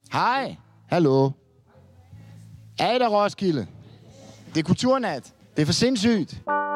Hej. Hallo. Er I der, Roskilde? Det er kulturnat. Det er for sindssygt.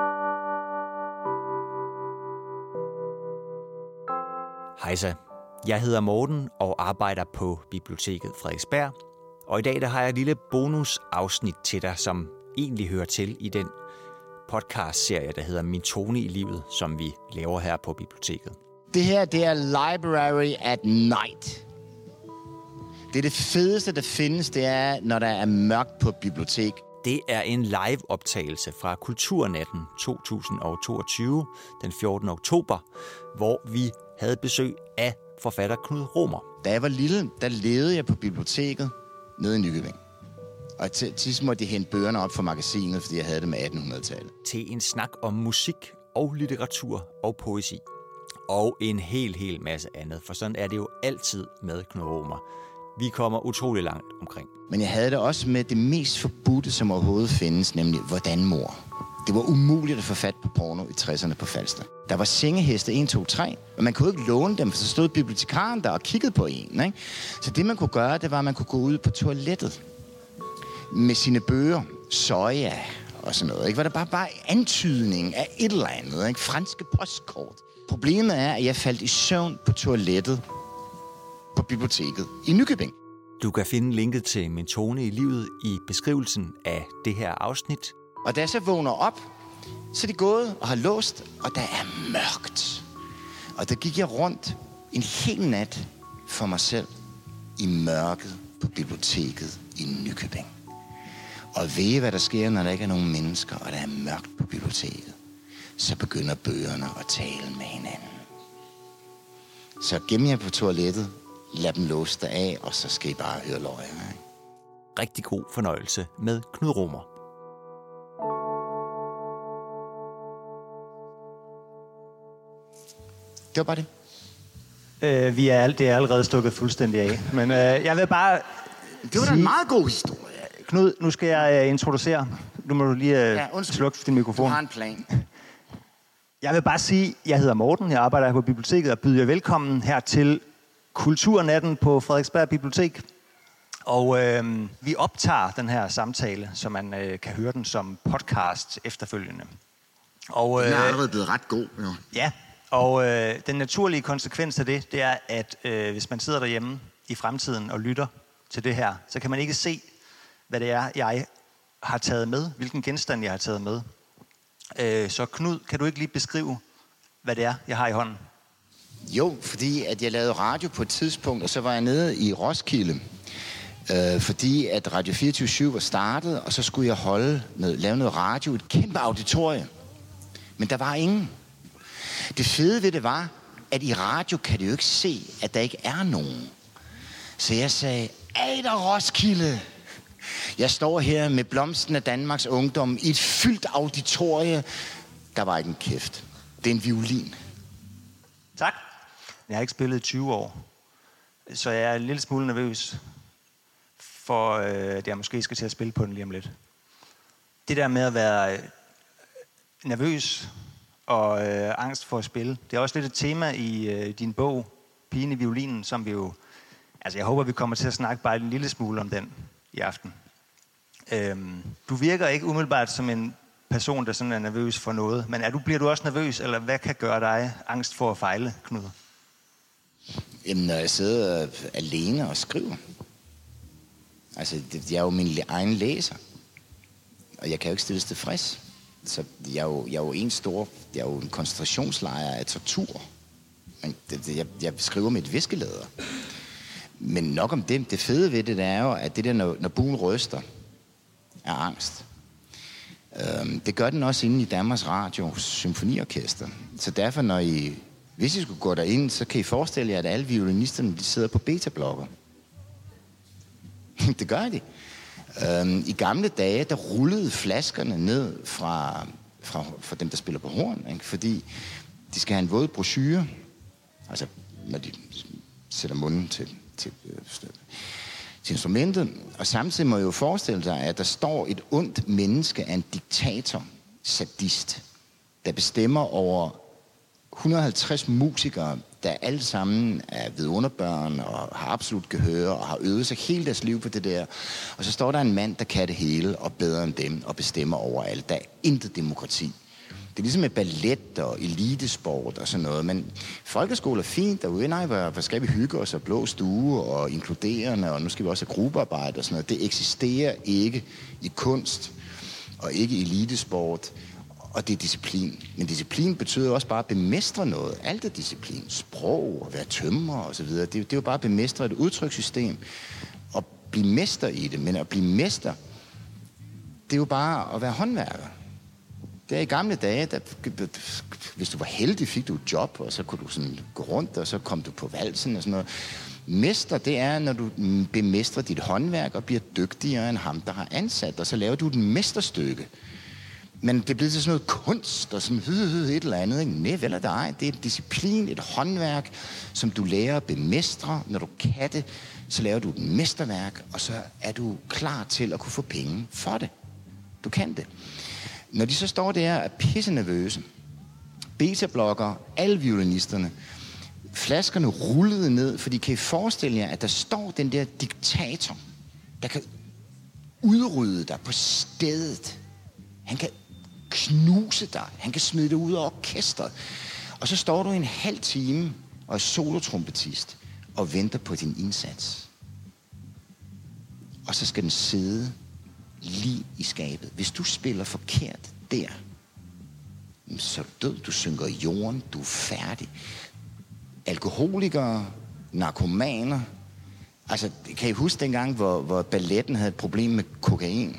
Hejsa. Jeg hedder Morten og arbejder på Biblioteket Frederiksberg. Og i dag der har jeg et lille bonusafsnit til dig, som egentlig hører til i den podcastserie, der hedder Min tone i livet, som vi laver her på biblioteket. Det her, det er Library at Night. Det er det fedeste, der findes, det er, når der er mørkt på bibliotek. Det er en live-optagelse fra Kulturnatten 2022, den 14. oktober, hvor vi havde besøg af forfatter Knud Romer. Da jeg var lille, der levede jeg på biblioteket nede i Nykøbing. Og til sidst måtte de hente bøgerne op fra magasinet, fordi jeg havde det med 1800-tallet. Til en snak om musik og litteratur og poesi. Og en hel masse andet, for sådan er det jo altid med Knud Romer. Vi kommer utrolig langt omkring. Men jeg havde det også med det mest forbudte, som overhovedet findes, nemlig hvordan mor. Det var umuligt at få fat på porno i 60'erne på Falster. Der var sengeheste 1, 2, 3, og man kunne ikke låne dem, for så stod bibliotekaren der og kiggede på en. Ikke? Så det man kunne gøre, det var, at man kunne gå ud på toilettet med sine bøger, soja og sådan noget. Ikke? Var der bare antydning af et eller andet, ikke? Franske postkort. Problemet er, at jeg faldt i søvn på toilettet på biblioteket i Nykøbing. Du kan finde linket til Min tone i livet i beskrivelsen af det her afsnit. Og da jeg så vågner op, så er de gået og har låst, og der er mørkt. Og der gik jeg rundt en hel nat for mig selv i mørket på biblioteket i Nykøbing. Og ved I, hvad der sker, når der ikke er nogen mennesker, og der er mørkt på biblioteket? Så begynder bøgerne at tale med hinanden. Så gem jer på toilettet, lad dem låse dig af, og så skal I bare høre løgene. Rigtig god fornøjelse med Knud Romer. Det var bare det. Det er allerede stukket fuldstændig af. Men jeg vil bare Det var da en meget god historie. Knud, nu skal jeg introducere. Nu må du lige slukke din mikrofon. Du har en plan. Jeg vil bare sige, jeg hedder Morten, jeg arbejder her på biblioteket og byder jer velkommen her til Kulturnatten på Frederiksberg Bibliotek. Og vi optager den her samtale, så man kan høre den som podcast efterfølgende. Og, Den er allerede blevet ret god. Jo. Ja, og den naturlige konsekvens af det er, at hvis man sidder derhjemme i fremtiden og lytter til det her, så kan man ikke se, hvad det er, jeg har taget med, hvilken genstand jeg har taget med. Så Knud, kan du ikke lige beskrive, hvad det er, jeg har i hånden? Jo, fordi at jeg lavede radio på et tidspunkt, og så var jeg nede i Roskilde, fordi at Radio 24/7 var startet, og så skulle jeg lave noget radio, et kæmpe auditorium. Men der var ingen. Det fede ved det var, at i radio kan du jo ikke se, at der ikke er nogen. Så jeg sagde, ej der Roskilde! Jeg står her med blomsten af Danmarks ungdom i et fyldt auditorie. Der var ikke en kæft. Det er en violin. Tak. Jeg har ikke spillet i 20 år, så jeg er en lille smule nervøs for, at jeg måske skal til at spille på den lige om lidt. Det der med at være nervøs og angst for at spille, det er også lidt et tema i din bog, Pigen i violinen, som vi jo... Altså, jeg håber, vi kommer til at snakke bare en lille smule om den i aften. Du virker ikke umiddelbart som en person, der sådan er nervøs for noget, men bliver du også nervøs, eller hvad kan gøre dig angst for at fejle, Knud? Jamen, når jeg sidder alene og skriver. Altså, jeg er jo min egen læser. Og jeg kan jo ikke stilles tilfreds. Så jeg er jo en koncentrationslejr af tortur. Jeg skriver med et viskelæder. Men nok om det. Det fede ved det, der er jo, at det der, når buen ryster, er angst. Det gør den også inde i Danmarks Radio Symfoniorkester. Så derfor, hvis I skulle gå derind, så kan I forestille jer, at alle violinisterne, de sidder på beta-blokker. Det gør de. I gamle dage, der rullede flaskerne ned fra dem, der spiller på horn, ikke? Fordi de skal have en våd brochure, altså når de sætter munden til instrumentet. Og samtidig må jeg jo forestille sig, at der står et ondt menneske af en diktator, sadist, der bestemmer over 150 musikere der alle sammen er vidunderbørn og har absolut gehør og har øvet sig hele deres liv på det der. Og så står der en mand, der kan det hele og bedre end dem og bestemmer over alt. Der er intet demokrati. Det er ligesom med ballet og elitesport og sådan noget, men folkeskole er fint derude. Nej, hvor skal vi hygge os og blå stue og inkluderende, og nu skal vi også have gruppearbejde og sådan noget. Det eksisterer ikke i kunst og ikke i elitesport, og det er disciplin. Men disciplin betyder også bare at bemestre noget. Alt er disciplin. Sprog og være tømrer og så videre. Det er jo bare at bemestre et udtrykssystem og blive mester i det. Men at blive mester, det er jo bare at være håndværker. Der i gamle dage, hvis du var heldig, fik du et job, og så kunne du sådan gå rundt, og så kom du på valsen og sådan noget. Mester, det er, når du bemestrer dit håndværk og bliver dygtigere end ham, der har ansat, og så laver du et mesterstykke. Men det bliver til sådan noget kunst og sådan et eller andet. Ikke? Nej, vel er det ej. Det er et disciplin, et håndværk, som du lærer at bemestre. Når du kan det, så laver du et mesterværk, og så er du klar til at kunne få penge for det. Du kan det. Når de så står der og er pissenervøse, beta-blokkere, alle violinisterne, flaskerne rullede ned, for de kan I forestille jer, at der står den der diktator, der kan udrydde dig på stedet. Han kan knuse dig. Han kan smide dig ud af orkestret. Og så står du en halv time og er solotrompetist og venter på din indsats. Og så skal den sidde lige i skabet. Hvis du spiller forkert der, så er du død. Du synker i jorden. Du er færdig. Alkoholikere, narkomaner. Altså, kan I huske dengang, hvor balletten havde et problem med kokain?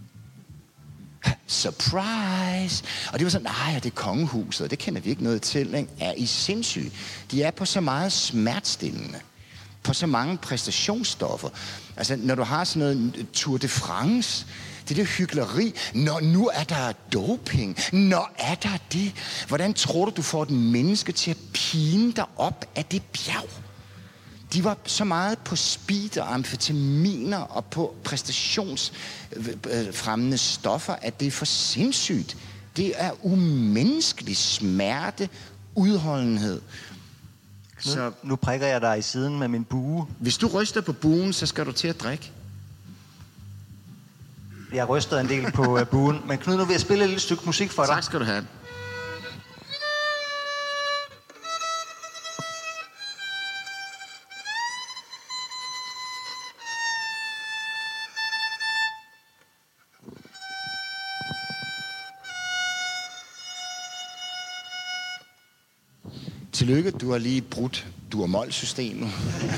Surprise! Og det var sådan, nej, det er kongehuset, og det kender vi ikke noget til. Ikke? Er I sindssyge? De er på så meget smertestillende, på så mange præstationsstoffer. Altså, når du har sådan noget Tour de France, det der hykleri, når nu er der doping, når er der det. Hvordan tror du får et menneske til at pine dig op af det bjerg? De var så meget på speed og amfetaminer og på præstationsfremmende stoffer, at det er for sindssygt. Det er umenneskelig smerte, udholdenhed. Så nu prikker jeg dig i siden med min bue. Hvis du ryster på buen, så skal du til at drikke. Jeg ryster en del på buen. Men Knud, nu vil jeg spille et lille stykke musik for dig. Tak skal du have. Tillykke, du har lige brudt dur-mol-systemet.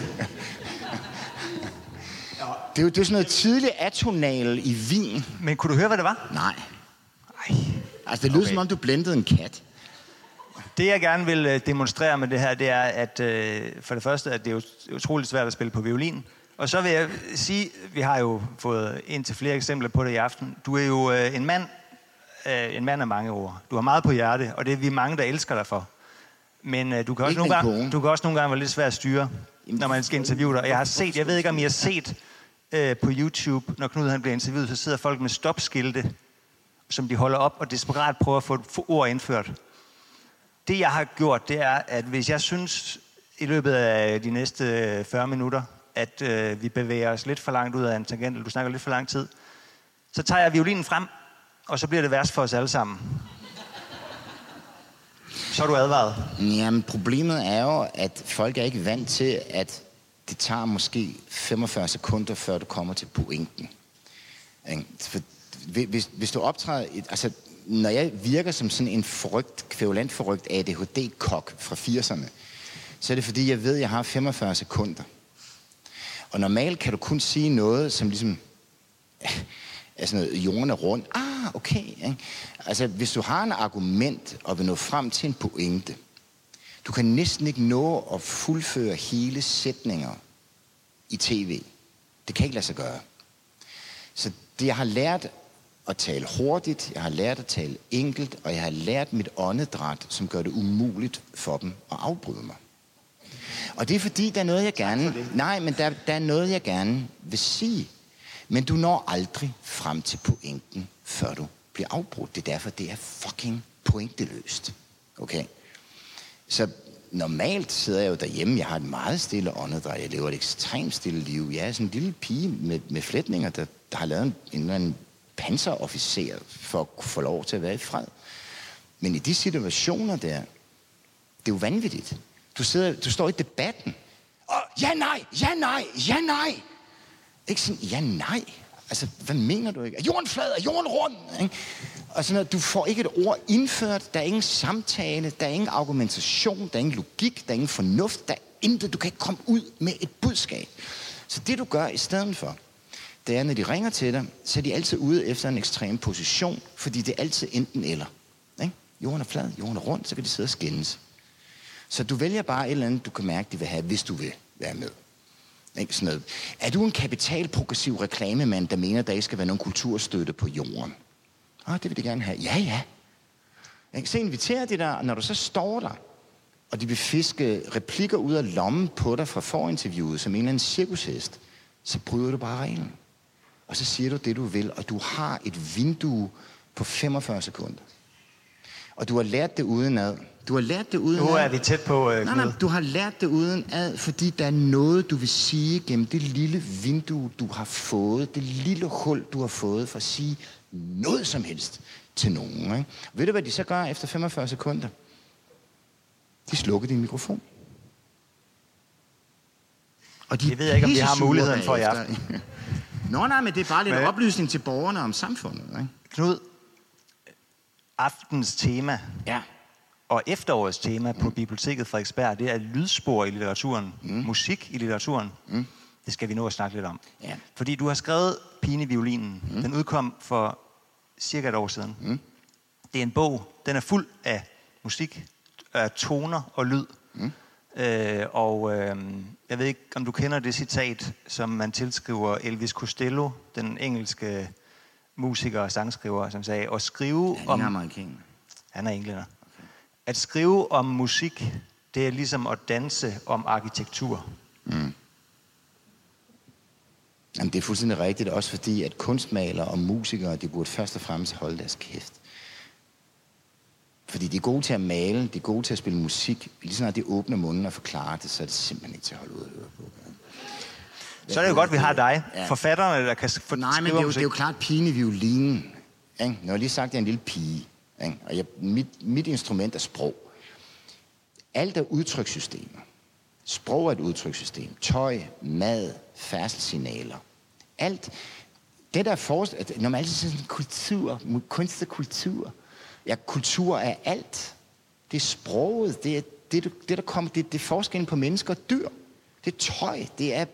Det er jo sådan noget tidligt atonal i Wien. Men kunne du høre, hvad det var? Nej. Ej. Altså, det lyder som om, du blendede en kat. Det, jeg gerne vil demonstrere med det her, det er, at for det første, at det er utroligt svært at spille på violin. Og så vil jeg sige, vi har jo fået indtil flere eksempler på det i aften. Du er jo en mand af mange ord. Du har meget på hjerte, og det er vi mange, der elsker dig for. Men du kan også nogle gange være lidt svær at styre, når man skal interviewe dig. Jeg ved ikke, om I har set på YouTube, når Knud han bliver interviewet, så sidder folk med stopskilte, som de holder op og desperat prøver at få ord indført. Det, jeg har gjort, det er, at hvis jeg synes i løbet af de næste 40 minutter, at vi bevæger os lidt for langt ud af en tangent, eller du snakker lidt for lang tid, så tager jeg violinen frem, og så bliver det værst for os alle sammen. Så er du advaret. Jamen, problemet er jo, at folk er ikke vant til, at det tager måske 45 sekunder, før du kommer til pointen. For hvis du optræder... Altså, når jeg virker som sådan en kvævulent forrygt ADHD-kok fra 80'erne, så er det fordi, jeg ved, at jeg har 45 sekunder. Og normalt kan du kun sige noget, som ligesom... Altså noget, jorden er rundt. Okay. Ikke? Altså, hvis du har en argument og vil nå frem til en pointe, du kan næsten ikke nå at fuldføre hele sætninger i tv. Det kan ikke lade sig gøre. Så det, jeg har lært at tale hurtigt, jeg har lært at tale enkelt, og jeg har lært mit åndedræt, som gør det umuligt for dem at afbryde mig. Og det er fordi, der er noget, jeg gerne... Nej, men der er noget, jeg gerne vil sige. Men du når aldrig frem til pointen, før du bliver afbrudt. Det er derfor, det er fucking pointeløst. Okay? Så normalt sidder jeg jo derhjemme. Jeg har et meget stille åndedræt. Jeg lever et ekstremt stille liv. Jeg er sådan en lille pige med flætninger, der har lavet en eller anden panserofficer for at kunne få lov til at være i fred. Men i de situationer der, det er jo vanvittigt. Du står i debatten. Ja, nej, ja, nej, ja, nej. Ikke sådan, ja, nej. Altså, hvad mener du ikke? Er jorden flad? Er jorden rund? Ikke? Og sådan noget, du får ikke et ord indført. Der er ingen samtale. Der er ingen argumentation. Der er ingen logik. Der er ingen fornuft. Der er intet. Du kan ikke komme ud med et budskab. Så det, du gør i stedet for, det er, når de ringer til dig, så er de altid ude efter en ekstrem position, fordi det er altid enten eller. Ikke? Jorden er flad, jorden er rund, så kan de sidde og skændes. Så du vælger bare et eller andet, du kan mærke, de vil have, hvis du vil være med. Ikke? Sådan noget. Er du en kapitalprogressiv reklamemand, der mener, der ikke skal være nogen kulturstøtte på jorden? Det vil de gerne have. Ja, ja. Ikke? Så inviterer de dig, og når du så står der, og de vil fiske replikker ud af lommen på dig fra forinterviewet, som en eller anden cirkushest, så bryder du bare reglen. Og så siger du det, du vil, og du har et vindue på 45 sekunder. Og du har lært det udenad. Nu er vi tæt på, Nej, du har lært det udenad, fordi der er noget, du vil sige gennem det lille vindue, du har fået, det lille hul, du har fået for at sige noget som helst til nogen. Ikke? Ved du, hvad de så gør efter 45 sekunder? De slukker din mikrofon. Og jeg ved ikke, om de har muligheden for i aften. Nej, men det er bare lidt oplysning til borgerne om samfundet. Ikke? Knud, aftens tema og efterårets tema på Biblioteket Frederiksberg, det er lydspor i litteraturen, musik i litteraturen. Det skal vi nå at snakke lidt om. Ja. Fordi du har skrevet Pigen i violinen. Den udkom for cirka et år siden. Det er en bog, den er fuld af musik, toner og lyd. Jeg ved ikke, om du kender det citat, som man tilskriver Elvis Costello, den engelske musiker og sangskriver, som sagde, at skrive om... Han er englænder. Okay. At skrive om musik, det er ligesom at danse om arkitektur. Jamen, det er fuldstændig rigtigt, også fordi, at kunstmalere og musikere, de burde først og fremmest holde deres kæft. Fordi de er gode til at male, de er gode til at spille musik. Lige snart de åbner munden og forklarer det, så er det simpelthen ikke til at holde ud og høre på. Så er det jo godt, vi har dig. Forfatterne, der kan skrive Nej, men det er jo klart pigen i violinen. Ikke? Nu har jeg lige sagt, at jeg er en lille pige. Ikke? Og mit instrument er sprog. Alt er udtrykssystemer. Sprog er et udtrykssytem. Tøj, mad, færdselssignaler. Alt. Det der når man altid siger kultur, kunst og kultur. Ja, kultur er alt. Det er sproget, det er det der kommer, det er forskellen på mennesker og dyr. Det er tøj,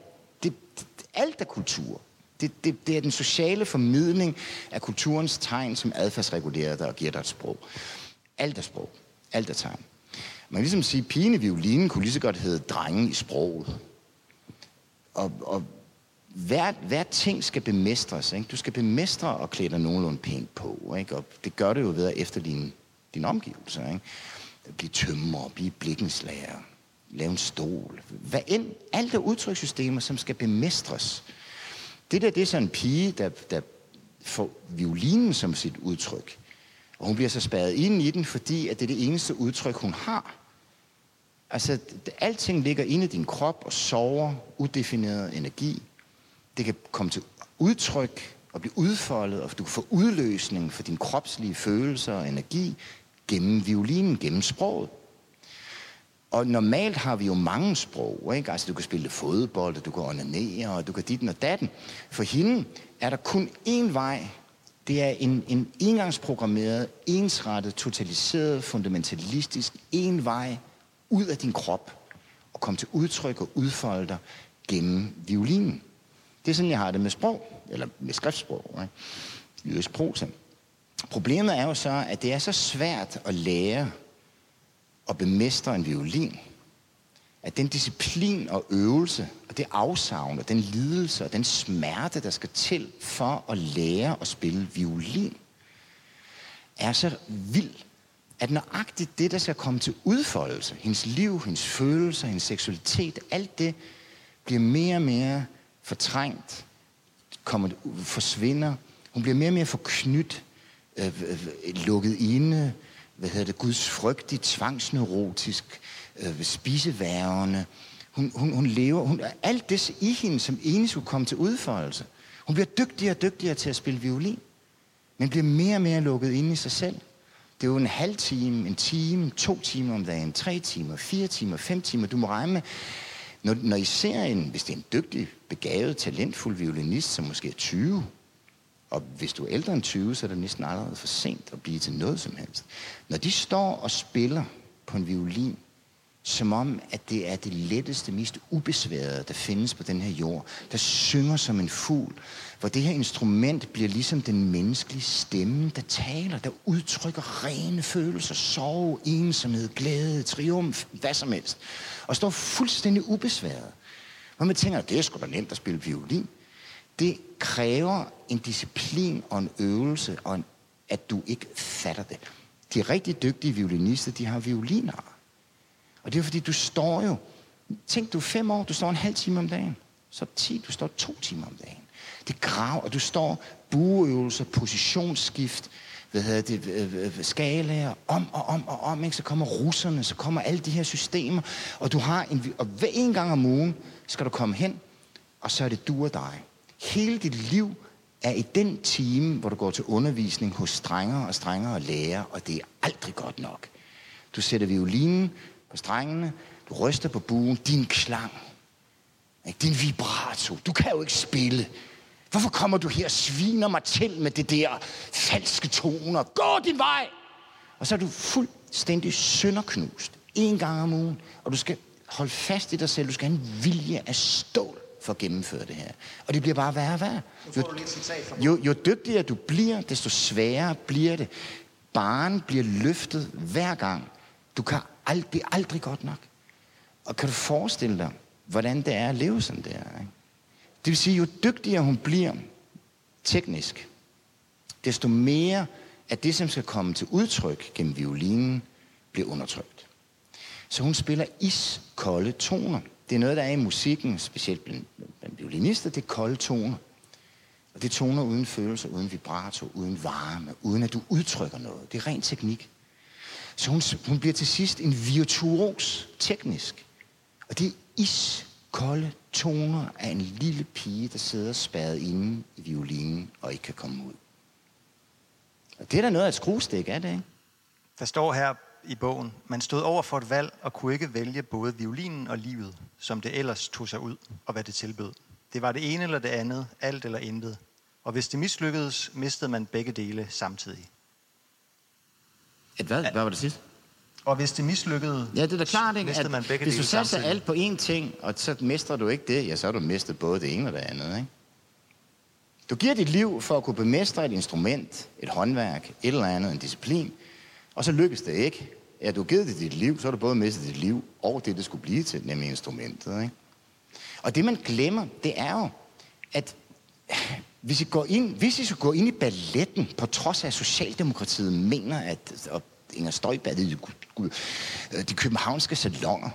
alt er kultur. Det er den sociale formidling af kulturens tegn, som adfærdsregulerer dig og giver dig et sprog. Alt er sprog. Alt er tegn. Man kan ligesom sige, at pigen i violinen kunne lige så godt hedde drengen i sproget. Og hver ting skal bemestres. Ikke? Du skal bemestre og klæde dig nogenlunde pænt på. Ikke? Og det gør det jo ved at efterligne dine omgivelser. Ikke? Blive tømrer, blive blikkenslager, lave en stol. Hvad end, alt er udtrykssystemer, som skal bemestres. Det er sådan en pige, der får violinen som sit udtryk. Og hun bliver så spærret ind i den, fordi at det er det eneste udtryk, hun har. Altså, alting ligger inde i din krop og sover udefineret energi. Det kan komme til udtryk og blive udfoldet, og du kan få udløsning for dine kropslige følelser og energi gennem violinen, gennem sproget. Og normalt har vi jo mange sprog, ikke? Altså, du kan spille fodbold, du kan onanere, og du kan ditten og datten. For hende er der kun én vej. Det er en engangsprogrammeret, ensrettet, totaliseret, fundamentalistisk én vej ud af din krop og komme til udtryk og udfolde dig gennem violinen. Det er sådan, jeg har det med sprog, eller med skriftsprog, ikke? Lyrisk prosa. Problemet er jo så, at det er så svært at lære og bemestre en violin, at den disciplin og øvelse, og det afsavn, og den lidelse, og den smerte, der skal til for at lære at spille violin, er så vild, at nøjagtigt det, der skal komme til udfoldelse, hendes liv, hendes følelser, hendes seksualitet, alt det bliver mere og mere fortrængt, forsvinder. Hun bliver mere og mere forknyttet, lukket inde, Guds frygtig, tvangsneurotisk, spiseværende. Hun lever, alt det i hende, som egentlig skulle komme til udfoldelse. Hun bliver dygtigere og dygtigere til at spille violin, men bliver mere og mere lukket inde i sig selv. Det er jo en halv time, en time, 2 timer om dagen, 3 timer, 4 timer, 5 timer. Du må regne med, når I ser hvis det er en dygtig, begavet, talentfuld violinist, som måske er 20, og hvis du er ældre end 20, så er det næsten allerede for sent at blive til noget som helst. Når de står og spiller på en violin, som om, at det er det letteste, mest ubesværede, der findes på den her jord, der synger som en fugl, hvor det her instrument bliver ligesom den menneskelige stemme, der taler, der udtrykker rene følelser, sorg, ensomhed, glæde, triumf, hvad som helst, og står fuldstændig ubesværet. Hvor man tænker, det er sgu da nemt at spille violin. Det kræver en disciplin og en øvelse, og at du ikke fatter det. De rigtig dygtige violinister, de har violiner. Og det er fordi, du står jo... Tænk, du er 5 år, du står en halv time om dagen. Så 10, du står 2 timer om dagen. Det graver, og du står bueøvelser, positionsskift, skalaer, om og om, ikke? Så kommer russerne, så kommer alle de her systemer, og du har og hver en gang om ugen skal du komme hen, og så er det du og dig. Hele dit liv er i den time, hvor du går til undervisning hos strengere lærer, og det er aldrig godt nok. Du sætter violinen på strengene, du ryster på buen, din klang, din vibrato. Du kan jo ikke spille. Hvorfor kommer du her og sviner mig til med det der falske toner? Gå din vej! Og så er du fuldstændig sønderknust. 1 gang om ugen. Og du skal holde fast i dig selv. Du skal have en vilje af stål for at gennemføre det her. Og det bliver bare værre og værre. Jo dygtigere du bliver, desto sværere bliver det. Barren bliver løftet hver gang. Du kan aldrig godt nok. Og kan du forestille dig, hvordan det er at leve sådan der? Ikke? Det vil sige, jo dygtigere hun bliver teknisk, desto mere af det, som skal komme til udtryk gennem violinen, bliver undertrykt. Så hun spiller iskolde toner. Det er noget, der er i musikken, specielt blandt violinister, det er kolde toner. Og det er toner uden følelser, uden vibrato, uden varme, uden at du udtrykker noget. Det er ren teknik. Så hun bliver til sidst en virtuos teknisk. Og det er iskolde toner af en lille pige, der sidder spærret inde i violinen og ikke kan komme ud. Og det er da noget af et skruestik, er det, ikke? Der står her i bogen, man stod over for et valg og kunne ikke vælge både violinen og livet, som det ellers tog sig ud og hvad det tilbød. Det var det ene eller det andet, alt eller intet. Og hvis det mislykkedes, mistede man begge dele samtidig. Hvad var det sidste? Og hvis det mislykkedes, ja, det er da klart, ikke? mistede man begge hvis dele du satser samtidig. alt på én ting, og så mestrer du ikke det, ja, så har du mistet både det ene og det andet, ikke? Du giver dit liv for at kunne bemestre et instrument, et håndværk, et eller andet, en disciplin, og så lykkes det ikke. Ja, du har givet det dit liv, så har du både mistet dit liv og det skulle blive til, nemlig instrumentet, ikke? Og det, man glemmer, det er jo, at hvis I skal gå ind i balletten, på trods af, at Socialdemokratiet mener, at Inger Støjberg, de københavnske salonger.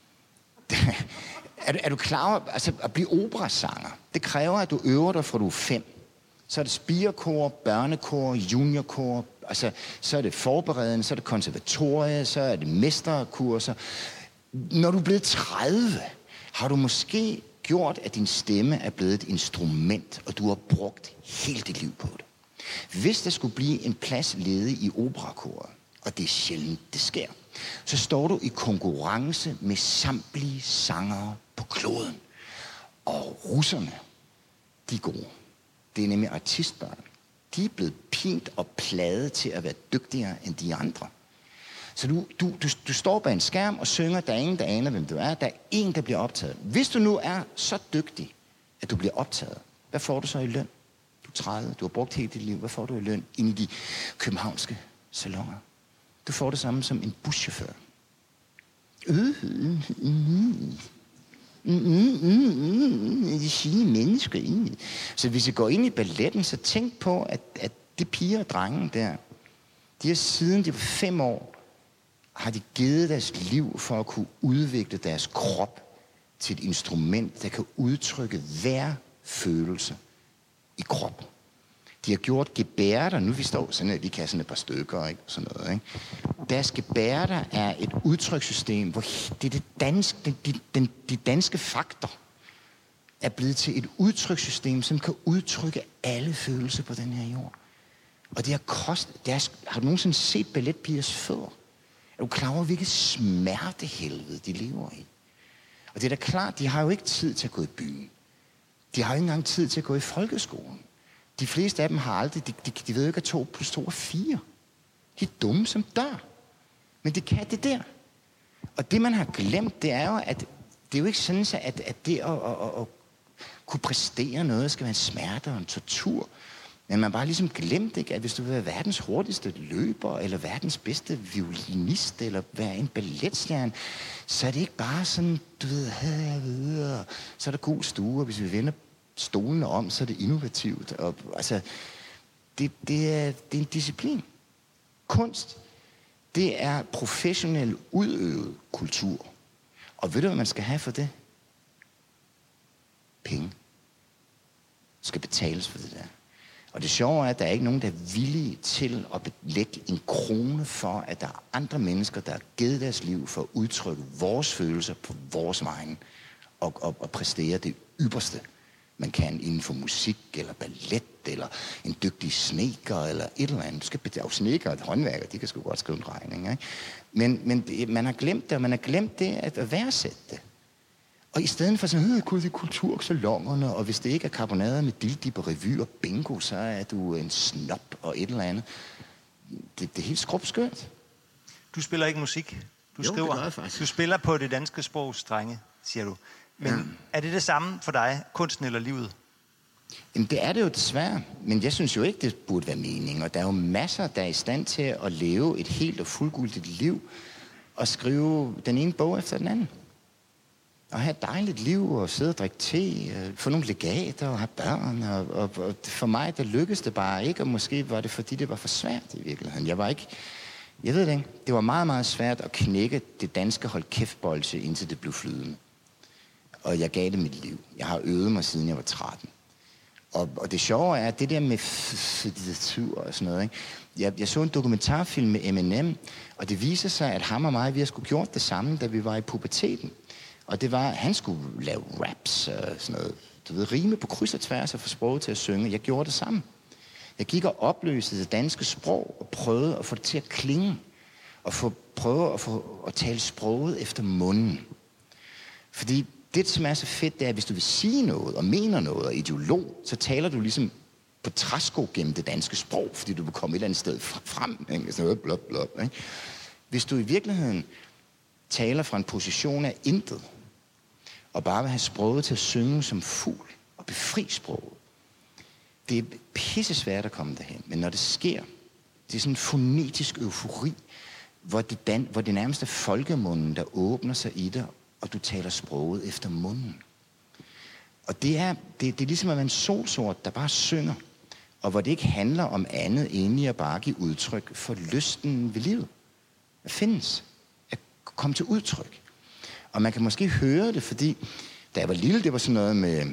Er du klar over, altså at blive operasanger, det kræver, at du øver dig fra du er 5. Så er det spirekor, børnekor, juniorkor, altså så er det forberedende, så er det konservatorie, så er det mesterkurser. Når du er blevet 30, har du måske gjort, at din stemme er blevet et instrument, og du har brugt hele dit liv på det. Hvis der skulle blive en plads ledig i operakoret, og det er sjældent, det sker, så står du i konkurrence med samtlige sangere på kloden. Og russerne, de er gode. Det er nemlig artistbørn. De er blevet pint og plaget til at være dygtigere end de andre. Så du står bag en skærm og synger, der er ingen, der aner, hvem du er. Der er en, der bliver optaget. Hvis du nu er så dygtig, at du bliver optaget, hvad får du så i løn? Du er 30, du har brugt hele dit liv. Hvad får du i løn inde i de københavnske salonger? Du får det samme som en buschauffør. De fine mennesker. Så hvis I går ind i balletten, så tænk på, at de piger og drenge der, de har siden de var 5 år, har de givet deres liv for at kunne udvikle deres krop til et instrument, der kan udtrykke hver følelse i kroppen. De har gjort gebærder, nu vi står sådan, at vi kan sådan et par stykker, ikke? Sådan noget, ikke? deres gebærder er et udtrykssystem, hvor de danske fakter er blevet til et udtrykssystem, som kan udtrykke alle følelser på den her jord. Og det har du nogensinde set balletpigers fødder? Er du klar over, hvilket smertehelvede de lever i? Og det er da klart, de har jo ikke tid til at gå i byen. De har jo ikke engang tid til at gå i folkeskolen. De fleste af dem har aldrig, de ved jo ikke, at 2 + 2 er 4. De er dumme som dør. Men de kan det der. Og det, man har glemt, det er jo, at det er jo ikke sådan, at det at kunne præstere noget skal være en smerte og en tortur. Men man bare ligesom glemt, ikke, at hvis du vil være verdens hurtigste løber, eller verdens bedste violinist, eller være en balletstjerne, så er det ikke bare sådan, du ved, så er der god stue, og hvis vi vender stolene om, så er det innovativt. Og, altså, det er en disciplin. Kunst, det er professionel udøvet kultur. Og ved du, hvad man skal have for det? Penge. Skal betales for det der. Og det sjove er, at der er ikke nogen, der er villige til at lægge en krone for, at der er andre mennesker, der har givet deres liv for at udtrykke vores følelser på vores vegne og præstere det ypperste, man kan inden for musik eller ballet eller en dygtig snedker eller et eller andet. Du skal betale snedker og håndværker, de kan sgu godt skrive en regning. Ikke? Men man har glemt det, og man har glemt det at værdsætte det. Og i stedet for sådan, det er kultursalongerne, og hvis det ikke er karbonade med dildip og revy og bingo, så er du en snop og et eller andet. Det er helt skrubskørt. Du spiller ikke musik. Du skriver. Det gør jeg faktisk. Du spiller på det danske sprogs strenge, siger du. Men er det samme for dig, kunsten eller livet? Jamen, det er det jo desværre. Men jeg synes jo ikke, det burde være meningen. Og der er jo masser, der er i stand til at leve et helt og fuldgyldigt liv og skrive den ene bog efter den anden. Og have et dejligt liv, og sidde og drikke te, få nogle legater, og have børn. Og for mig, der lykkedes det bare ikke, og måske var det, fordi det var for svært i virkeligheden. Jeg ved det ikke. Det var meget, meget svært at knække det danske hold kæft-bolsje, indtil det blev flydende. Og jeg gav det mit liv. Jeg har øvet mig, siden jeg var 13. Og det sjove er, at det der med litteratur og sådan noget, ikke? Jeg så en dokumentarfilm med Eminem, og det viser sig, at ham og mig, vi har sgu gjort det samme, da vi var i puberteten. Og det var, han skulle lave raps og sådan noget. Du ved, rime på kryds og tværs og få sproget til at synge. Jeg gjorde det samme. Jeg gik og opløste det danske sprog og prøvede at få det til at klinge. Og prøve at tale sproget efter munden. Fordi det, som er så fedt, det er, at hvis du vil sige noget og mener noget og ideolog, så taler du ligesom på træsko gennem det danske sprog, fordi du vil komme et eller andet sted frem. Ikke? Sådan noget blop, blop, ikke? Hvis du i virkeligheden taler fra en position af intet, og bare vil have sproget til at synge som fugl og befri sproget, det er pissesvært at komme derhen. Men når det sker, det er sådan en fonetisk eufori, hvor det nærmest er folkemunden, der åbner sig i dig, og du taler sproget efter munden. Og det er ligesom at være en solsort, der bare synger, og hvor det ikke handler om andet egentlig at bare give udtryk for lysten ved livet. At findes. At komme til udtryk. Og man kan måske høre det, fordi da jeg var lille, det var sådan noget med,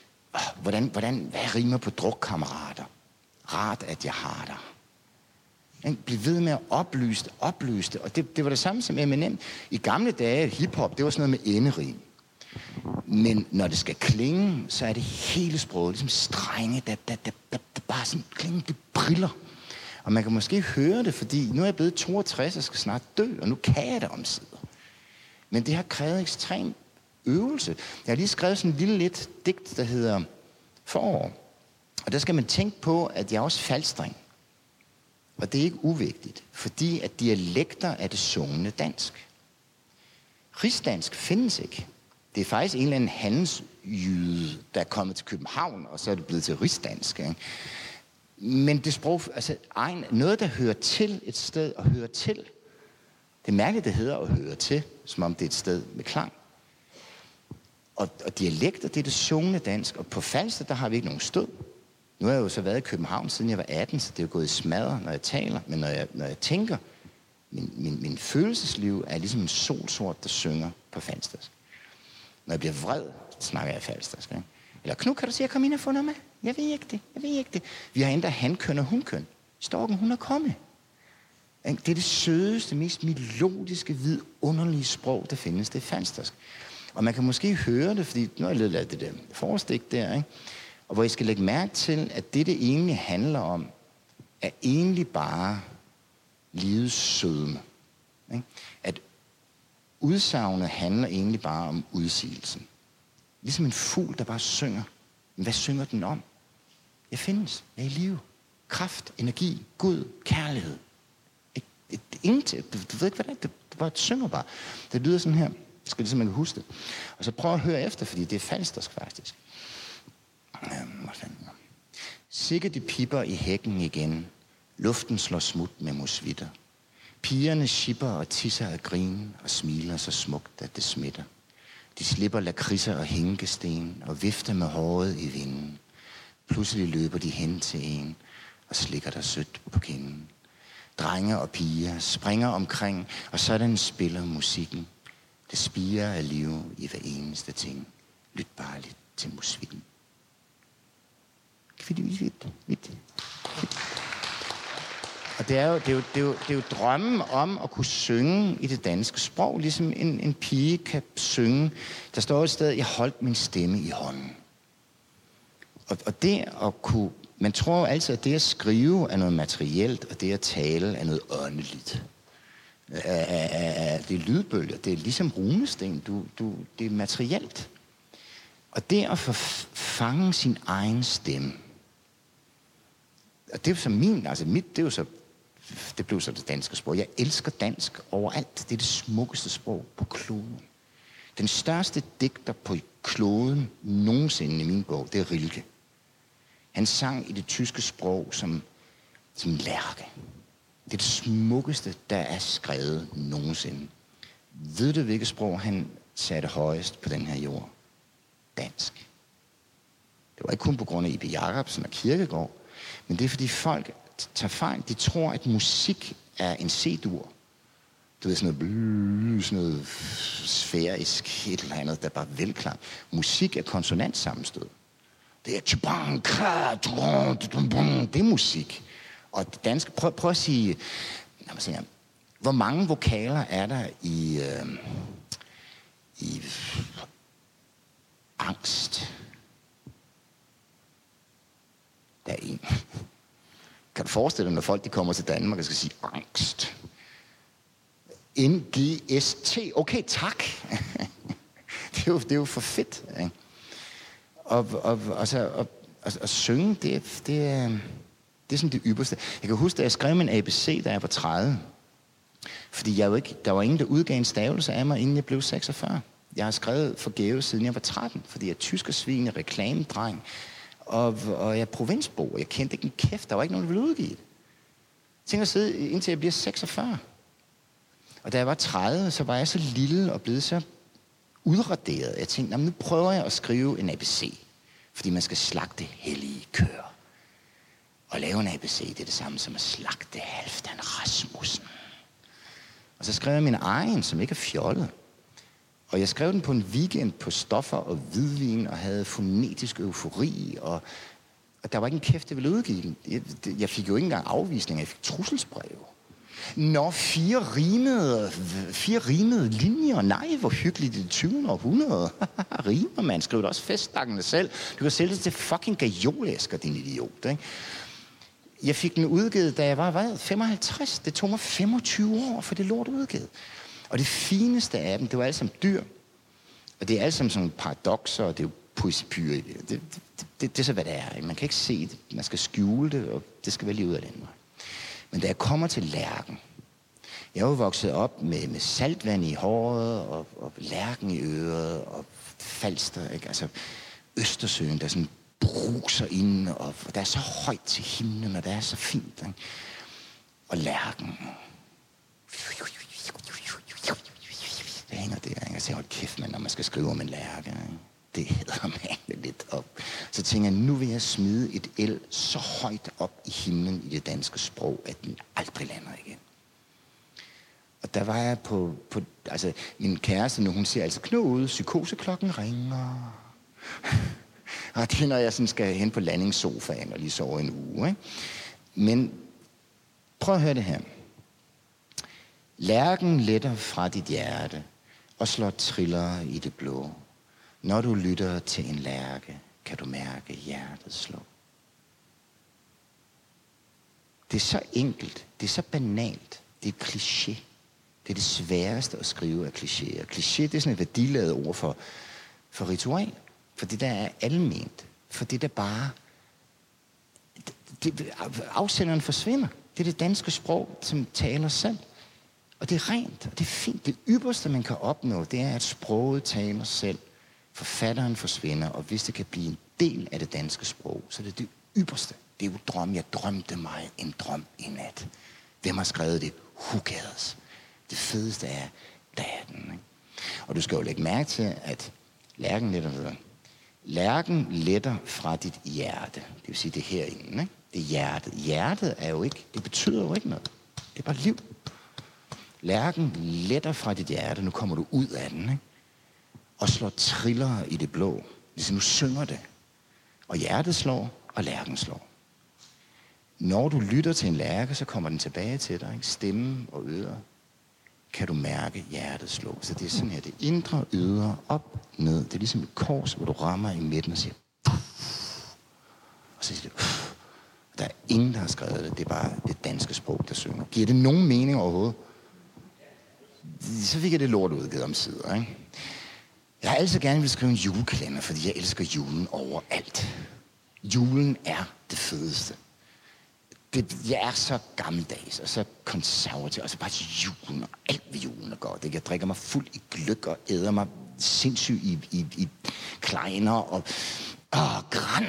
hvad rimer på drukkammerater? Rart, at jeg har dig. Bliv ved med at oplyse det. Og det var det samme som Eminem. I gamle dage, hiphop, det var sådan noget med enderim. Men når det skal klinge, så er det hele sproget, ligesom strenge, der bare sådan klinge, det briller. Og man kan måske høre det, fordi nu er jeg blevet 62 og skal snart dø, og nu kan jeg det omsider. Men det har krævet ekstrem øvelse. Jeg har lige skrevet sådan en lille lidt digt, der hedder Forår. Og der skal man tænke på, at jeg er også faldstreng. Og det er ikke uvigtigt, fordi at dialekter er det sungne dansk. Rigsdansk findes ikke. Det er faktisk en eller anden handelsjyde, der er kommet til København, og så er det blevet til rigsdansk. Ikke? Men det sprog, altså noget, der hører til et sted og hører til. Det er mærkeligt, det hedder at høre til, som om det er et sted med klang. Og dialekter, det er det sungne dansk. Og på Falster, der har vi ikke nogen stød. Nu har jeg jo så været i København, siden jeg var 18, så det er jo gået i smadre, når jeg taler. Men når jeg tænker, min følelsesliv er ligesom en solsort, der synger på falstersk. Når jeg bliver vred, snakker jeg falstersk. Ikke? Eller, Knud, kan du sige, at jeg kom ind og få noget med? Jeg ved ikke det. Vi har endda hankøn og hunkøn. Storken, hun er kommet. Det er det sødeste, mest melodiske, vidunderlige sprog, der findes. Det er falstersk. Og man kan måske høre det, fordi nu har jeg lavet det der forestik der, ikke? Og hvor I skal lægge mærke til, at det egentlig handler om, er egentlig bare livets sødme. Ikke? At udsagnet handler egentlig bare om udsigelsen. Ligesom en fugl, der bare synger. Men hvad synger den om? Jeg findes. Jeg er i live. Kraft, energi, Gud, kærlighed. Ingenting. Du ved ikke, hvad det er. Det bare synger bare. Det lyder sådan her. Skal det simpelthen huske det. Og så prøv at høre efter, fordi det er falstersk faktisk. Sikke de pipper i hækken igen. Luften slår smut med musvitter. Pigerne shipper og tisser af grin og smiler så smukt, at det smitter. De slipper lakridser og hænkesten og vifter med håret i vinden. Pludselig løber de hen til en og slikker der sødt på kinden. Drenge og piger springer omkring, og sådan spiller musikken. Det spirer af liv i hver eneste ting. Lyt bare lidt til musikken. Og det er jo drømmen om at kunne synge i det danske sprog, ligesom en pige kan synge. Der står et sted, jeg holdt min stemme i hånden. Og det at kunne... Man tror jo altid, at det at skrive er noget materielt, og det at tale er noget åndeligt. Det er lydbølger, det er ligesom runesten, det er materielt. Og det at få fange sin egen stemme, og det er jo så det blev så det danske sprog. Jeg elsker dansk overalt. Det er det smukkeste sprog på kloden. Den største digter på kloden nogensinde i min bog, det er Rilke. Han sang i det tyske sprog som lærke. Det er det smukkeste, der er skrevet nogensinde. Ved du, hvilket sprog han satte højest på den her jord? Dansk. Det var ikke kun på grund af I.B. Jacobsen og Kierkegaard, men det er, fordi folk tager fejl. De tror, at musik er en C-dur. Du ved, sådan noget sfærisk, et eller andet, der er bare velklart. Musik er konsonantsammenstød. Det er det er musik. Og det danske, prøv at sige, hvor mange vokaler er der i angst? Der er en. Kan du forestille dig, når folk de kommer til Danmark og skal sige angst? N-G-S-T. Okay, tak. det er jo for fedt. Ikke? Og synge, det er sådan det ypperste. Jeg kan huske, da jeg skrev min ABC, da jeg var 30. Fordi der var ingen, der udgav en stavelse af mig, inden jeg blev 46. Jeg har skrevet forgæves, siden jeg var 13, fordi jeg er tyskersvin, jeg er reklamedreng. Og jeg er provinsbo, jeg kendte ikke en kæft, der var ikke nogen, der ville udgive det. Jeg tænkte at sidde, indtil jeg bliver 46. Og da jeg var 30, så var jeg så lille og blevet så udraderet. Jeg tænkte, nu prøver jeg at skrive en ABC, fordi man skal slagte hellige køer. Og lave en ABC, det er det samme som at slagte Halfdan Rasmussen. Og så skrev jeg min egen, som ikke er fjollet. Og jeg skrev den på en weekend på stoffer og hvidvin, og havde fonetisk eufori, og der var ikke en kæft, der ville udgive den. Jeg fik jo ikke engang afvisninger, jeg fik trusselsbreve. Nå, 4 rimede linjer. Nej, hvor hyggeligt det 20. århundrede. Rimer, man. Skriver også festdakkene selv. Du kan sælge det til fucking gajolæsker, din idiot, ikke? Jeg fik den udgivet, da jeg var 55. Det tog mig 25 år, for det lort udgivet. Og det fineste af dem, det var alle sammen dyr. Og det er alle sammen sådan paradokser, og det er jo poesipyre i det. Det er så, hvad det er. Man kan ikke se det. Man skal skjule det, og det skal være lige ud af den vej. Men da jeg kommer til lærken, jeg er jo vokset op med saltvand i håret, og lærken i øret, og Falster, ikke? Altså Østersøen, der sådan bruser ind, og der er så højt til himlen, og der er så fint, ikke? Og lærken. Det hænger der, ikke? Jeg siger, hold kæft, man, når man skal skrive om en lærke, ikke? Det hedder man lidt op. Så tænker jeg, nu vil jeg smide et L så højt op i himlen i det danske sprog, at den aldrig lander igen. Og der var jeg på altså min kæreste nu, hun siger altså, Knud, psykoseklokken ringer. Og det er, når jeg sådan skal hen på landingssofaen og lige sove en uge, ikke? Men prøv at høre det her. Lærken letter fra dit hjerte og slår triller i det blå. Når du lytter til en lærke, kan du mærke hjertet slå. Det er så enkelt, det er så banalt, det er et kliché. Det er det sværeste at skrive af klichéer. Kliché, det er sådan et værdiladet ord for ritual. For det der er alment. For det der bare... afsenderen forsvinder. Det er det danske sprog, som taler selv. Og det er rent, og det er fint. Det ypperste, man kan opnå, det er, at sproget taler selv. Forfatteren forsvinder, og hvis det kan blive en del af det danske sprog, så er det det ypperste. Det er jo drøm. Jeg drømte mig en drøm i nat. Hvem har skrevet det? Who cares? Det fedeste er dagen. Ikke? Og du skal jo lægge mærke til, at lærken letter fra dit hjerte. Det vil sige, det er herinde. Ikke? Det er hjertet. Hjertet er jo ikke, det betyder jo ikke noget. Det er bare liv. Lærken letter fra dit hjerte. Nu kommer du ud af den. Ikke? Og slår triller i det blå. Ligesom nu synger det. Og hjertet slår, og lærken slår. Når du lytter til en lærke, så kommer den tilbage til dig. Ikke? Stemme og ører. Kan du mærke hjertet slå. Så det er sådan her. Det indre, ydre, op, ned. Det er ligesom et kors, hvor du rammer i midten og siger... Og så siger det... Der er ingen, der har skrevet det. Det er bare det danske sprog, der synger. Giver det nogen mening overhovedet? Så fik jeg det lort udgivet om sider, ikke? Jeg har altid gerne vil skrive en julekalender, fordi jeg elsker julen overalt. Julen er det fedeste. Jeg er så gammeldags og så konservativ, og så bare julen, og alt ved julen er godt. Jeg drikker mig fuld i gløgg og æder mig sindssygt i kleiner og græn.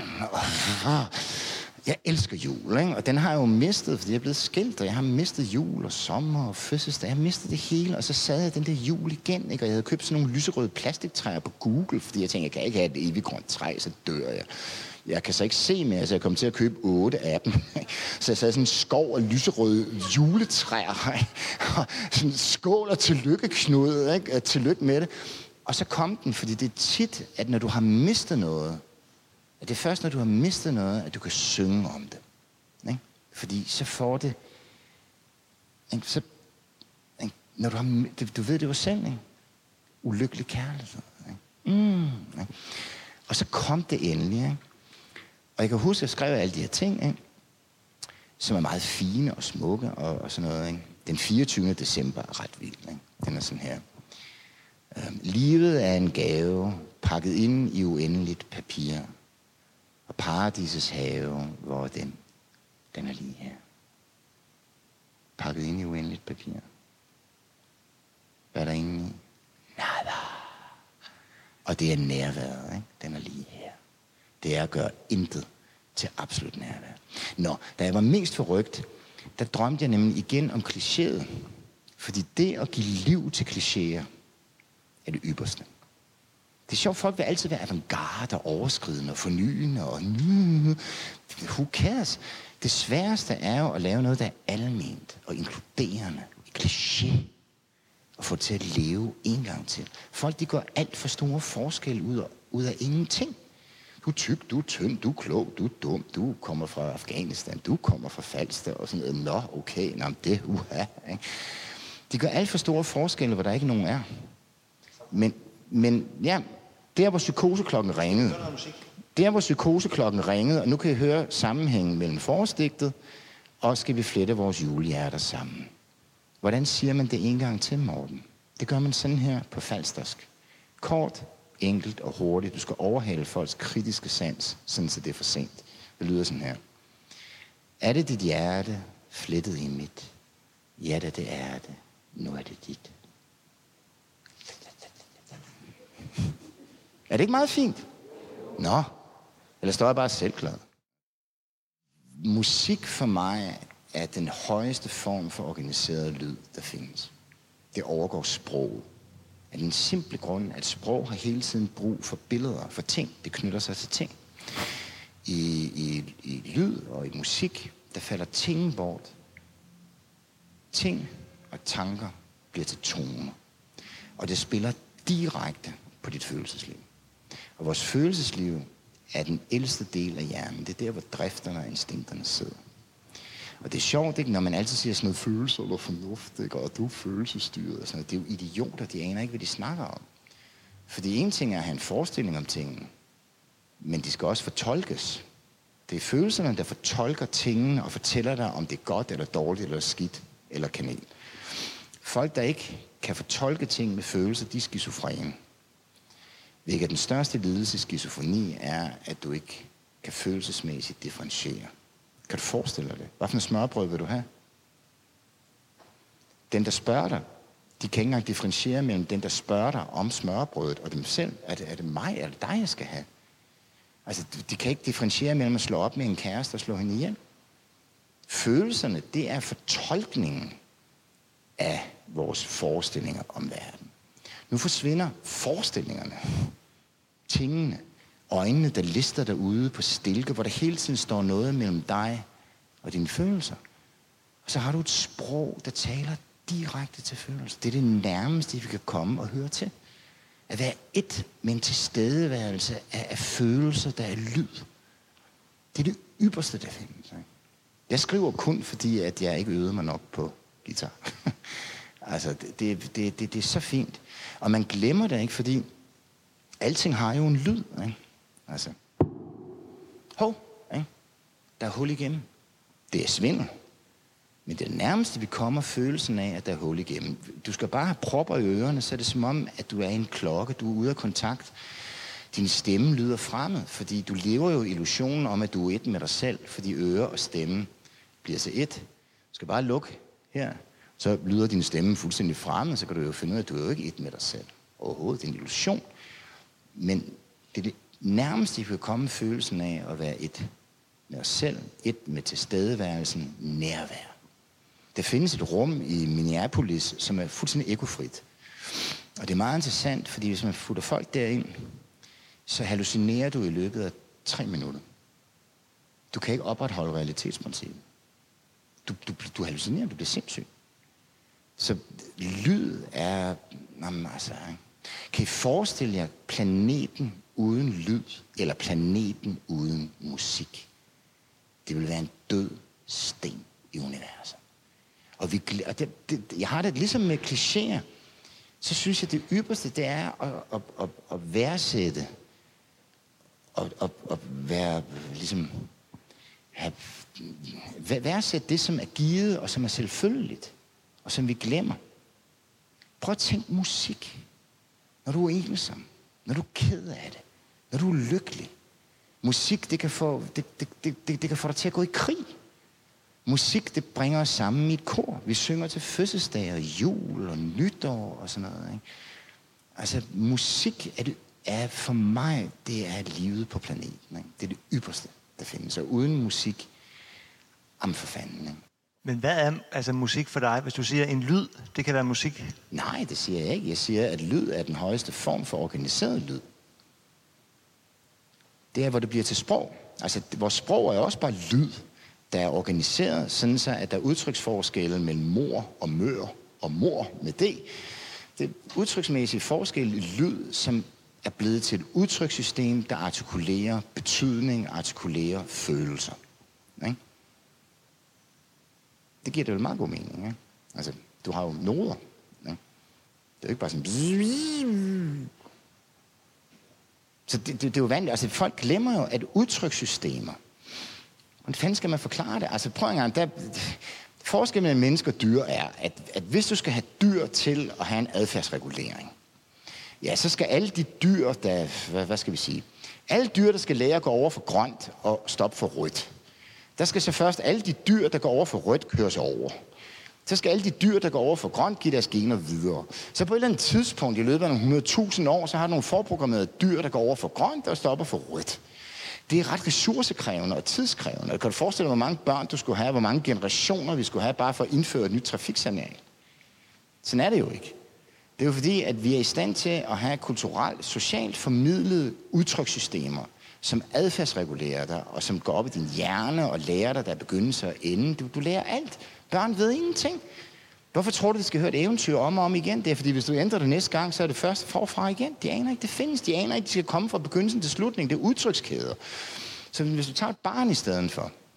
Jeg elsker jul, ikke? Og den har jeg jo mistet, fordi jeg er blevet skilt, og jeg har mistet jul og sommer og fødselsdag. Jeg har mistet det hele, og så sad jeg den der jul igen, ikke? Og jeg havde købt sådan nogle lyserøde plastiktræer på Google, fordi jeg tænkte, jeg kan ikke have et evigt grønt træ, så dør jeg. Jeg kan så ikke se mere, så jeg kom til at købe 8 af dem. Så jeg sad sådan en skov af lyserøde juletræer, og sådan skål og tillykkeknude, ikke? Tillykke med det. Og så kom den, fordi det er tit, at når du har mistet noget, at det er først, når du har mistet noget, at du kan synge om det. Ikke? Fordi så får det... Ikke? Så, ikke? Når du har... Du ved, det var selv, ikke? Ulykkelig kærlighed. Ikke? Og så kom det endelig, ikke? Og jeg kan huske, at jeg skrev alle de her ting, ikke? Som er meget fine og smukke og sådan noget. Ikke? Den 24. december er ret vild. Ikke? Den er sådan her. Livet er en gave, pakket ind i uendeligt papir. Og paradisets have, hvor den er lige her. Pakket ind i uendeligt papir. Hvad er der inde i? Nada. Og det er nærværet, ikke? Den er lige her. Det er at gøre intet til absolut nærvær. Nå, da jeg var mest forrygt, der drømte jeg nemlig igen om klichéet. Fordi det at give liv til klichéer er det ypperste. Det er sjovt, folk vil altid være avantgarde og overskridende og fornyende og who cares? Det sværeste er jo at lave noget, der er alment og inkluderende, kliché, og få det til at leve en gang til. Folk, de går alt for store forskelle ud af ingenting. Du er tyk, du er tynd, du er klog, du er dum, du kommer fra Afghanistan, du kommer fra Falster og sådan noget. Nå, okay, nå, det ikke? De gør alt for store forskelle, hvor der ikke nogen er. Men ja, der hvor psykoseklokken ringede, og nu kan I høre sammenhængen mellem forårsdigtet, og skal vi flette vores julehjerter sammen. Hvordan siger man det en gang til, Morten? Det gør man sådan her på falstersk. Kort, enkelt og hurtigt. Du skal overhale folks kritiske sans, sådan så det er for sent. Det lyder sådan her. Er det dit hjerte flettet i mit? Ja da, det er det. Nu er det dit. Er det ikke meget fint? Nå, eller står jeg bare selvglad? Musik for mig er den højeste form for organiseret lyd, der findes. Det overgår sprog. Af den simple grund, at sprog har hele tiden brug for billeder, for ting. Det knytter sig til ting. I lyd og i musik, der falder ting bort. Ting og tanker bliver til toner. Og det spiller direkte på dit følelsesliv. Og vores følelsesliv er den ældste del af hjernen. Det er der, hvor drifterne og instinkterne sidder. Og det er sjovt, ikke, når man altid siger sådan noget følelser eller fornuft, ikke, og du er følelsesstyret og sådan noget. Det er jo idioter, de aner ikke, hvad de snakker om. Fordi en ting er at have en forestilling om tingene, men de skal også fortolkes. Det er følelserne, der fortolker tingene og fortæller dig, om det er godt eller dårligt eller skidt eller kanel. Folk, der ikke kan fortolke ting med følelser, de er skizofrene. Hvilket den største lidelse i skizofreni er, at du ikke kan følelsesmæssigt differentiere. Kan du forestille dig det? Hvad for en smørbrød vil du have? Den, der spørger dig, de kan ikke engang differentiere mellem den, der spørger dig om smørbrødet og dem selv. Er det mig eller dig, jeg skal have? Altså, de kan ikke differentiere mellem at slå op med en kæreste og slå hende ihjel. Følelserne, det er fortolkningen af vores forestillinger om verden. Nu forsvinder forestillingerne, tingene, øjnene, der lister derude på stilke, hvor der hele tiden står noget mellem dig og dine følelser. Og så har du et sprog, der taler direkte til følelser. Det er det nærmeste, vi kan komme og høre til. At være et med en tilstedeværelse af følelser, der er lyd. Det er det ypperste, der findes. Ikke? Jeg skriver kun, fordi at jeg ikke øvede mig nok på guitar. Altså, det er så fint. Og man glemmer det ikke, fordi alting har jo en lyd. Ikke? Altså, ikke? Der er hul igennem. Det er svindel. Men det nærmeste, vi kommer følelsen af, at der er hul igennem. Du skal bare have propper i ørerne, så er det som om, at du er i en klokke, du er ude af kontakt. Din stemme lyder fremmed, fordi du lever jo illusionen om, at du er et med dig selv, fordi øre og stemme bliver så et. Du skal bare lukke her, så lyder din stemme fuldstændig fremmed, så kan du jo finde ud af, at du er jo ikke et med dig selv. Overhovedet, det er en illusion. Men det er det nærmeste, vi kan komme følelsen af at være et med os selv, et med tilstedeværelsen, nærvær. Der findes et rum i Minneapolis, som er fuldstændig ekofrit. Og det er meget interessant, fordi hvis man putter folk derind, så hallucinerer du i løbet af 3 minutter. Du kan ikke opretholde realitetsprincippet. Du hallucinerer, du bliver sindssyg. Så lyd er... Kan I forestille jer planeten uden lyd, eller planeten uden musik? Det vil være en død sten i universet. Jeg har det ligesom med klichéer, så synes jeg, det ypperste, det er at værdsætte, og være ligesom, værdsætte det, som er givet, og som er selvfølgeligt, og som vi glemmer. Prøv at tænke musik, når du er ensom, når du er ked af det, når du er lykkelig. Musik, det kan få dig til at gå i krig. Musik, det bringer os sammen i et kor. Vi synger til fødselsdage og jul og nytår og sådan noget. Ikke? Altså, musik er for mig, det er livet på planeten. Ikke? Det er det ypperste, der findes. Og uden musik, for fanden. Ikke? Men hvad er altså musik for dig? Hvis du siger en lyd, det kan være musik? Nej, det siger jeg ikke. Jeg siger, at lyd er den højeste form for organiseret lyd. Det er, hvor det bliver til sprog. Altså, vores sprog er også bare lyd, der er organiseret, sådan så, at der er udtryksforskelle mellem mor og mør og mor med det. Det er udtryksmæssige forskel i lyd, som er blevet til et udtrykssystem, der artikulerer betydning, artikulerer følelser. Ikke? Det giver det jo meget god mening. Ikke? Altså, du har jo noder. Ikke? Det er jo ikke bare sådan... Så det er jo vanligt. Altså, folk glemmer jo, at udtrykssystemer, hvordan fanden skal man forklare det? Altså prøv en gang, forskellen mellem mennesker og dyr er, at hvis du skal have dyr til at have en adfærdsregulering, ja, så skal alle de dyr, hvad skal vi sige? Alle dyr, der skal lære at gå over for grønt og stoppe for rødt. Der skal så først alle de dyr, der går over for rødt, køres over. Så skal alle de dyr, der går over for grønt, give deres gener videre. Så på et eller andet tidspunkt i løbet af nogle 100.000 år, så har du nogle forprogrammerede dyr, der går over for grønt og stopper for rødt. Det er ret ressourcekrævende og tidskrævende. Kan du forestille dig, hvor mange børn du skulle have, hvor mange generationer vi skulle have, bare for at indføre et nyt trafiksignal? Sådan er det jo ikke. Det er jo fordi, at vi er i stand til at have kulturelt, socialt formidlede udtrykssystemer, som adfærdsregulerer dig, og som går op i din hjerne og lærer dig, der er begyndelse og ende. Du lærer alt. Børn ved ingenting. Hvorfor tror du, de skal høre et eventyr om og om igen? Det er, fordi hvis du ændrer det næste gang, så er det først forfra igen. De aner ikke, det findes. De aner ikke, de skal komme fra begyndelsen til slutningen. Det er udtrykskæder. Så hvis du tager et barn i stedet for,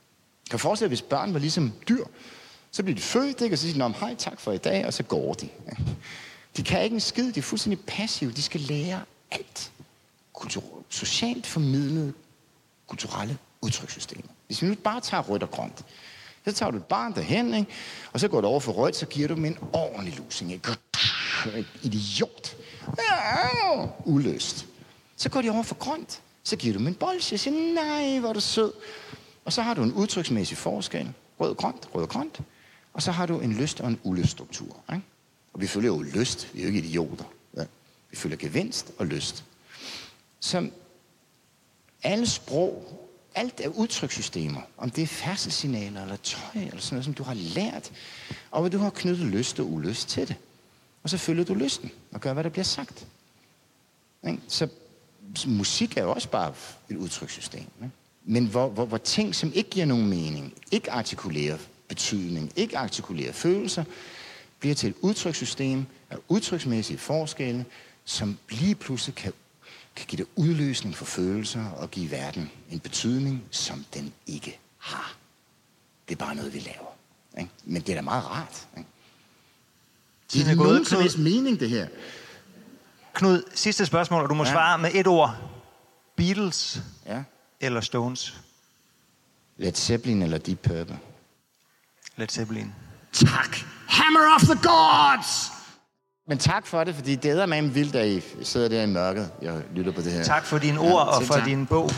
Kan du forestille dig, hvis børn var ligesom dyr, så bliver de født, ikke? Og så siger de, hej, tak for i dag, og så går de. De kan ikke en skid, de er fuldstændig passive, de skal lære alt. Socialt formidlede kulturelle udtrykssystemer. Hvis vi nu bare tager rødt og grønt, så tager du et barn derhen, ikke? Og så går det over for rødt, så giver du dem en ordentlig lusing. Ikke? Idiot. Ulyst. Så går de over for grønt. Så giver du dem en bolsje og siger, nej, hvor er du sød. Og så har du en udtryksmæssig forskel. Rød-grønt. Og så har du en lyst og en ulyststruktur. Ikke? Og vi følger jo lyst. Vi er jo ikke idioter. Ja? Vi følger gevinst og lyst. Som alle sprog, alt er udtrykssystemer. Om det er færdselssignaler eller tøj eller sådan noget, som du har lært. Og hvor du har knyttet lyst og ulyst til det. Og så følger du lysten og gør, hvad der bliver sagt. Ikke? Så musik er jo også bare et udtrykssystem. Ikke? Men hvor ting, som ikke giver nogen mening, ikke artikulerer betydning, ikke artikulerer følelser, bliver til et udtrykssystem af udtryksmæssige forskelle, som lige pludselig kan give det udløsning for følelser og give verden en betydning, som den ikke har. Det er bare noget, vi laver. Ikke? Men det er da meget rart. Ikke? Det er nogen som helst mening, det her. Knud, sidste spørgsmål, og du må svare med et ord. Beatles eller Stones? Led Zeppelin eller Deep Purple? Led Zeppelin. Tak! Hammer of the gods! Men tak for det, fordi det er med vildt, at I sidder der i mørket. Jeg lytter på det her. Tak for dine ord og for din bog.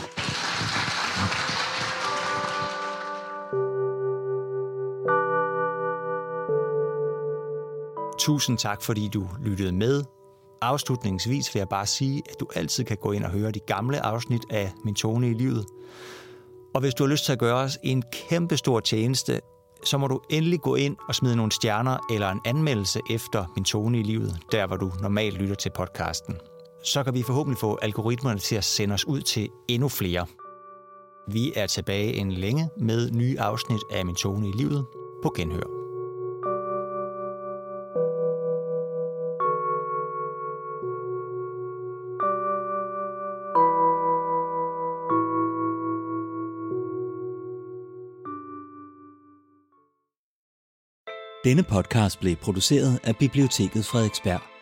Tusind tak, fordi du lyttede med. Afslutningsvis vil jeg bare sige, at du altid kan gå ind og høre de gamle afsnit af Min Tone i livet. Og hvis du har lyst til at gøre os en kæmpe stor tjeneste, så må du endelig gå ind og smide nogle stjerner eller en anmeldelse efter Min Tone i livet, der hvor du normalt lytter til podcasten. Så kan vi forhåbentlig få algoritmerne til at sende os ud til endnu flere. Vi er tilbage en længe med nye afsnit af Min Tone i livet på genhør. Denne podcast blev produceret af Biblioteket Frederiksberg.